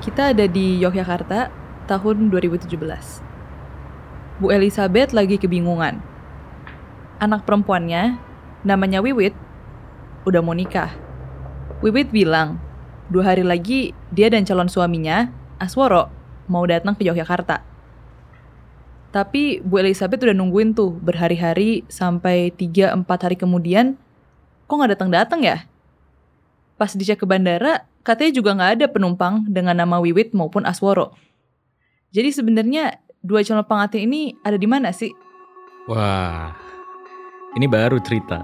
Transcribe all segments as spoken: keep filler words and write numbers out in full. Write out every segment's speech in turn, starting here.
Kita ada di Yogyakarta tahun dua ribu tujuh belas. Bu Elizabeth lagi kebingungan. Anak perempuannya, namanya Wiwit, udah mau nikah. Wiwit bilang, dua hari lagi dia dan calon suaminya, Asworo, mau datang ke Yogyakarta. Tapi Bu Elizabeth udah nungguin tuh berhari-hari sampai tiga empat hari kemudian, kok gak datang-datang ya? Pas dicek ke bandara, katanya juga gak ada penumpang dengan nama Wiwit maupun Asworo. Jadi sebenarnya dua calon pengantin ini ada di mana sih? Wah, ini baru cerita.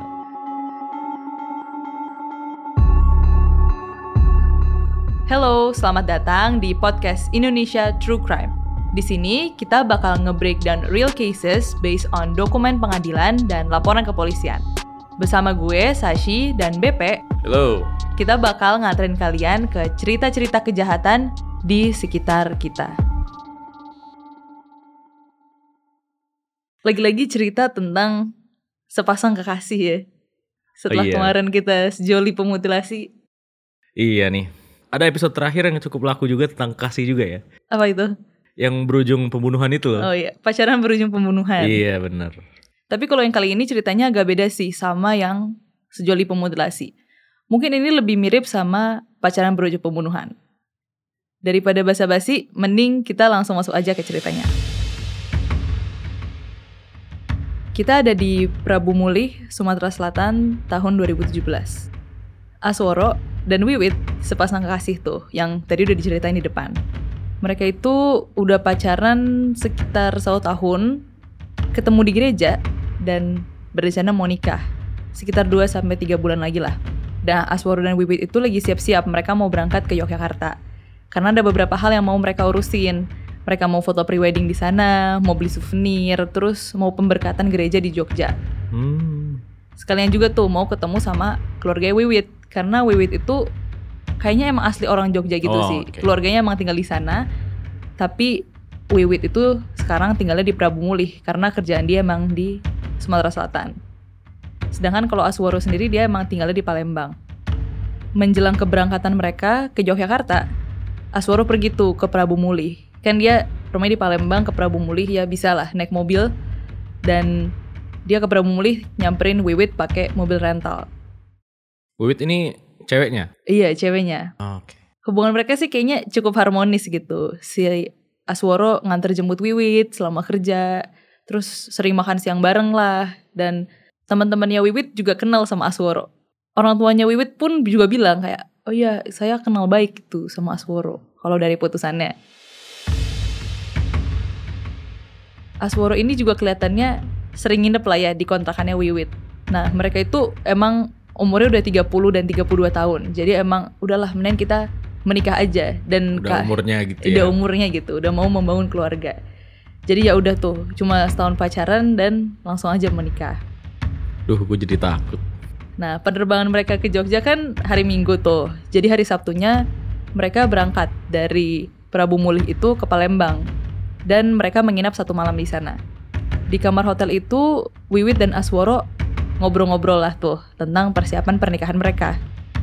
Halo, selamat datang di podcast Indonesia True Crime. Di sini kita bakal nge-breakdown real cases based on dokumen pengadilan dan laporan kepolisian. Bersama gue, Sashi, dan B P, Halo. kita bakal nganterin kalian ke cerita-cerita kejahatan di sekitar kita. Lagi-lagi cerita tentang sepasang kekasih ya. Setelah Oh, iya. kemarin kita sejoli pemutilasi. Iya nih, ada episode terakhir yang cukup laku juga tentang kasih juga ya. Apa itu? Yang berujung pembunuhan itu loh. Oh iya, pacaran berujung pembunuhan. Iya benar. Tapi kalau yang kali ini ceritanya agak beda sih sama yang sejoli pemutilasi. Mungkin ini lebih mirip sama pacaran berujung pembunuhan. Daripada basa-basi, mending kita langsung masuk aja ke ceritanya. Kita ada di Prabu Mulih, Sumatera Selatan tahun dua ribu tujuh belas. Asworo dan Wiwit, sepasang kekasih tuh yang tadi udah diceritain di depan. Mereka itu udah pacaran sekitar satu tahun, ketemu di gereja, dan berencana mau nikah. Sekitar dua sampai tiga bulan lagi lah. Nah, Asworo dan Wiwit itu lagi siap-siap, mereka mau berangkat ke Yogyakarta. Karena ada beberapa hal yang mau mereka urusin. Mereka mau foto pre-wedding di sana, mau beli souvenir, terus mau pemberkatan gereja di Jogja. Hmm. Sekalian juga tuh mau ketemu sama keluarga Wiwit. Karena Wiwit itu kayaknya emang asli orang Jogja gitu Oh, sih. okay. Keluarganya emang tinggal di sana. Tapi Wiwit itu sekarang tinggalnya di Prabu Mulih karena kerjaan dia emang di Sumatera Selatan. Sedangkan kalau Asworo sendiri dia emang tinggalnya di Palembang. Menjelang keberangkatan mereka ke Yogyakarta, Asworo pergi tuh ke Prabu Mulih. Kan dia rumahnya di Palembang, ke Prabu Mulih ya bisa lah naik mobil. Dan dia ke Prabu Mulih nyamperin Wiwit pakai mobil rental. Wiwit ini ceweknya? Iya, ceweknya. Oke. Hubungan mereka sih kayaknya cukup harmonis gitu. Si Asworo nganter jemput Wiwit selama kerja, terus sering makan siang bareng lah. Dan teman-temannya Wiwit juga kenal sama Asworo. Orang tuanya Wiwit pun juga bilang kayak, oh iya saya kenal baik gitu sama Asworo kalau dari putusannya. Asworo ini juga kelihatannya sering nginep lah ya di kontrakannya Wiwit. Nah mereka itu emang umurnya udah tiga puluh dan tiga puluh dua tahun. Jadi emang udahlah mending kita menikah aja. Dan Udah ka- umurnya gitu udah ya. umurnya gitu, udah mau membangun keluarga. Jadi ya udah tuh, cuma setahun pacaran dan langsung aja menikah. Duh, gue jadi takut. Nah penerbangan mereka ke Jogja kan hari Minggu tuh. Jadi hari Sabtunya mereka berangkat dari Prabu Mulih itu ke Palembang. Dan mereka menginap satu malam di sana. Di kamar hotel itu, Wiwit dan Asworo ngobrol-ngobrol lah tuh tentang persiapan pernikahan mereka.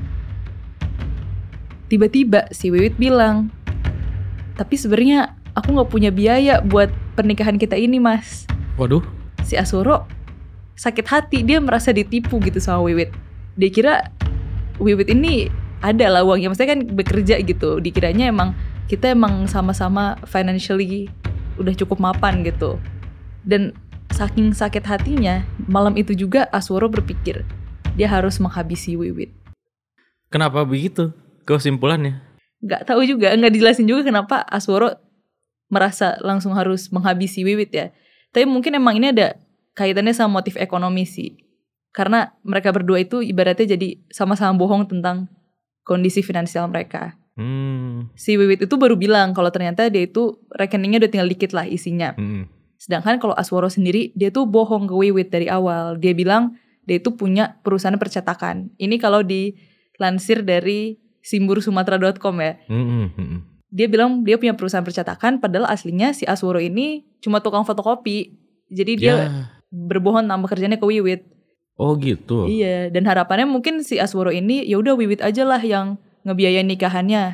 Tiba-tiba si Wiwit bilang, tapi sebenarnya aku gak punya biaya buat pernikahan kita ini mas. Waduh. Si Asworo sakit hati, dia merasa ditipu gitu sama Wiwit. Dia kira Wiwit ini ada lah uangnya, maksudnya kan bekerja gitu. Dikiranya emang kita emang sama-sama financially udah cukup mapan gitu. Dan saking sakit hatinya, malam itu juga Asworo berpikir dia harus menghabisi Wiwit. Kenapa begitu? Kesimpulannya? Gak tahu juga, gak dijelasin juga kenapa Asworo merasa langsung harus menghabisi Wiwit ya. Tapi mungkin emang ini ada kaitannya sama motif ekonomi sih. Karena mereka berdua itu ibaratnya jadi sama-sama bohong tentang kondisi finansial mereka. Hmm. Si Wiwit itu baru bilang kalau ternyata dia itu rekeningnya udah tinggal dikit lah isinya. Hmm. Sedangkan kalau Asworo sendiri, dia tuh bohong ke Wiwit dari awal. Dia bilang dia itu punya perusahaan percetakan. Ini kalau dilansir dari simbur sumatera dot com ya. Hmm. Hmm. Dia bilang dia punya perusahaan percetakan, padahal aslinya si Asworo ini cuma tukang fotokopi. Jadi dia Ya. berbohong nama kerjanya ke Wiwit. Oh gitu. Iya, dan harapannya mungkin si Asworo ini ya udah Wiwit aja lah yang ngebiayain nikahannya.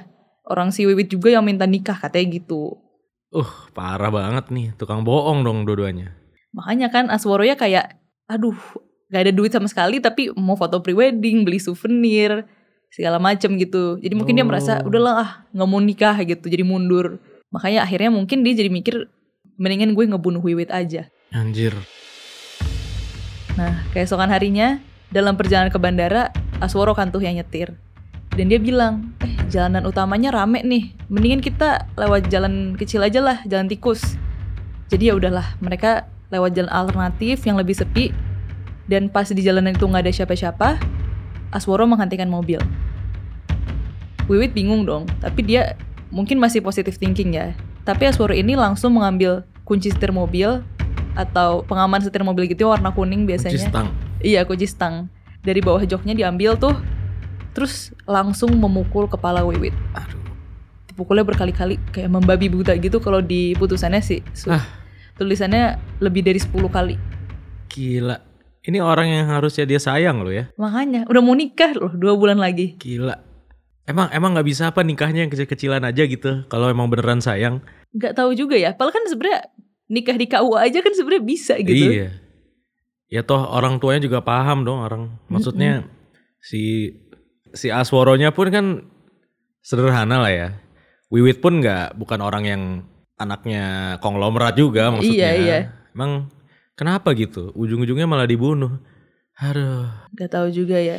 orang si Wiwit juga yang minta nikah katanya gitu. Uh, parah banget nih, tukang bohong dong dua-duanya. Makanya kan Asworo ya kayak, aduh gak ada duit sama sekali tapi mau foto prewedding, beli souvenir, segala macem gitu. Jadi mungkin oh. dia merasa udahlah ah gak mau nikah gitu, jadi mundur. Makanya akhirnya mungkin dia jadi mikir mendingan gue ngebunuh Wiwit aja. Anjir. Nah keesokan harinya dalam perjalanan ke bandara, Asworo kan tuh yang nyetir. Dan dia bilang, eh jalanan utamanya rame nih, mendingan kita lewat jalan kecil aja lah, jalan tikus. Jadi ya udahlah, mereka lewat jalan alternatif yang lebih sepi. Dan pas di jalanan itu gak ada siapa-siapa, Asworo menghentikan mobil. Wiwit bingung dong, tapi dia mungkin masih positive thinking ya. Tapi Asworo ini langsung mengambil kunci setir mobil, atau pengaman setir mobil gitu warna kuning biasanya. Kunci stang. Iya, kunci stang. Dari bawah joknya diambil tuh, terus langsung memukul kepala Wiwit. Aduh. Dipukulnya berkali-kali kayak membabi buta gitu kalau di putusannya sih. So, ah. Tulisannya lebih dari sepuluh kali. Gila. Ini orang yang harusnya dia sayang loh ya. Makanya udah mau nikah loh dua bulan lagi. Gila. Emang emang nggak bisa apa nikahnya yang kecil-kecilan aja gitu kalau emang beneran sayang? Nggak tahu juga ya. Padahal kan sebenarnya nikah di K U A aja kan sebenarnya bisa gitu. Iya. Ya toh orang tuanya juga paham dong orang. Maksudnya mm-hmm. si si Asworonya pun kan sederhana lah ya. Wiwit pun nggak bukan orang yang anaknya konglomerat juga maksudnya. Iya iya. Emang kenapa gitu? Ujung-ujungnya malah dibunuh. Aduh. Gak tahu juga ya.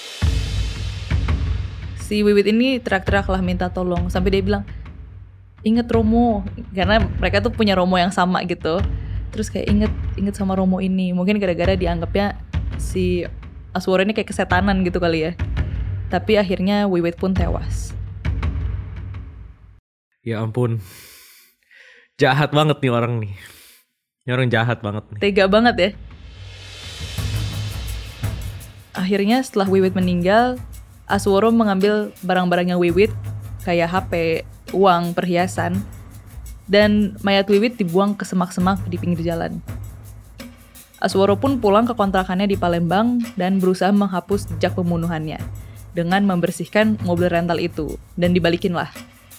Si Wiwit ini teriak-teriak lah minta tolong. Sampai dia bilang, inget Romo. Karena mereka tuh punya Romo yang sama gitu. Terus kayak inget, inget sama Romo ini. Mungkin gara-gara dianggapnya si Asworo ini kayak kesetanan gitu kali ya. Tapi akhirnya Wiwit pun tewas. Ya ampun. Jahat banget nih orang nih. Ini orang jahat banget nih. Tega banget ya. Akhirnya setelah Wiwit meninggal, Asworo mengambil barang-barangnya Wiwit, kayak H P, uang, perhiasan, dan mayat Wiwit dibuang ke semak-semak di pinggir jalan. Asworo pun pulang ke kontrakannya di Palembang dan berusaha menghapus jejak pembunuhannya dengan membersihkan mobil rental itu, dan dibalikin lah.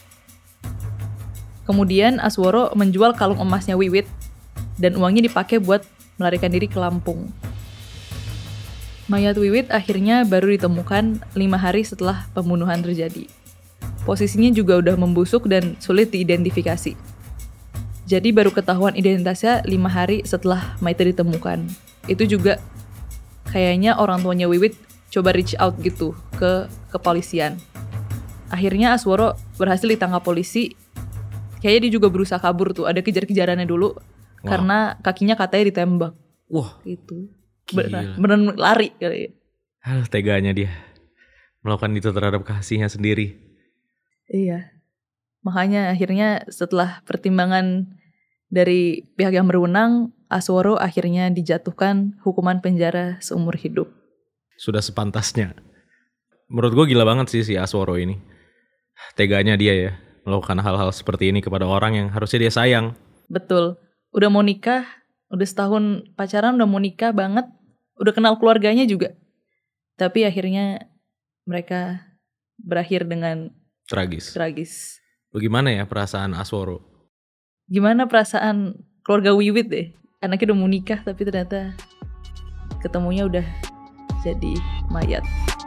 Kemudian Asworo menjual kalung emasnya Wiwit dan uangnya dipakai buat melarikan diri ke Lampung. Mayat Wiwit akhirnya baru ditemukan lima hari setelah pembunuhan terjadi. Posisinya juga udah membusuk dan sulit diidentifikasi. Jadi baru ketahuan identitasnya lima hari setelah mayatnya ditemukan. Itu juga kayaknya orang tuanya Wiwit coba reach out gitu ke kepolisian. Akhirnya Asworo berhasil ditangkap polisi. Kayaknya dia juga berusaha kabur tuh, ada kejar-kejarannya dulu. Wow. Karena kakinya katanya ditembak. Wah, gitu. Beneran, beneran lari kali. Aduh, teganya dia melakukan itu terhadap kasihnya sendiri. Iya. Makanya akhirnya setelah pertimbangan dari pihak yang berwenang, Asworo akhirnya dijatuhkan hukuman penjara seumur hidup. Sudah sepantasnya. Menurut gue gila banget sih si Asworo ini. Teganya dia ya melakukan hal-hal seperti ini kepada orang yang harusnya dia sayang. Betul. Udah mau nikah, udah setahun pacaran, udah mau nikah banget, udah kenal keluarganya juga. Tapi akhirnya mereka berakhir dengan tragis. Tragis. Bagaimana ya perasaan Asworo? Gimana perasaan keluarga Wiwit deh? Anaknya udah mau nikah tapi ternyata ketemunya udah jadi mayat.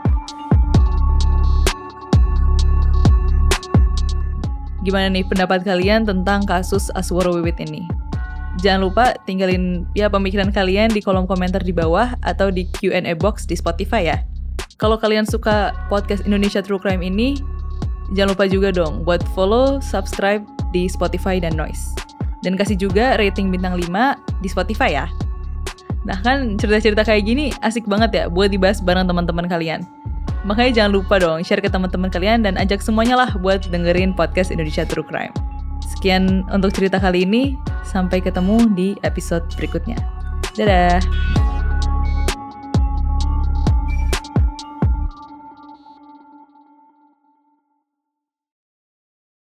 Gimana nih pendapat kalian tentang kasus Asworo Wiwit ini? Jangan lupa tinggalin ya pemikiran kalian di kolom komentar di bawah atau di Q and A box di Spotify ya. Kalau kalian suka podcast Indonesia True Crime ini, jangan lupa juga dong buat follow, subscribe di Spotify dan Noise. Dan kasih juga rating bintang lima di Spotify ya. Nah kan cerita-cerita kayak gini asik banget ya buat dibahas bareng teman-teman kalian. Makanya jangan lupa dong share ke teman-teman kalian dan ajak semuanya lah buat dengerin podcast Indonesia True Crime. Sekian untuk cerita kali ini, sampai ketemu di episode berikutnya. Dadah!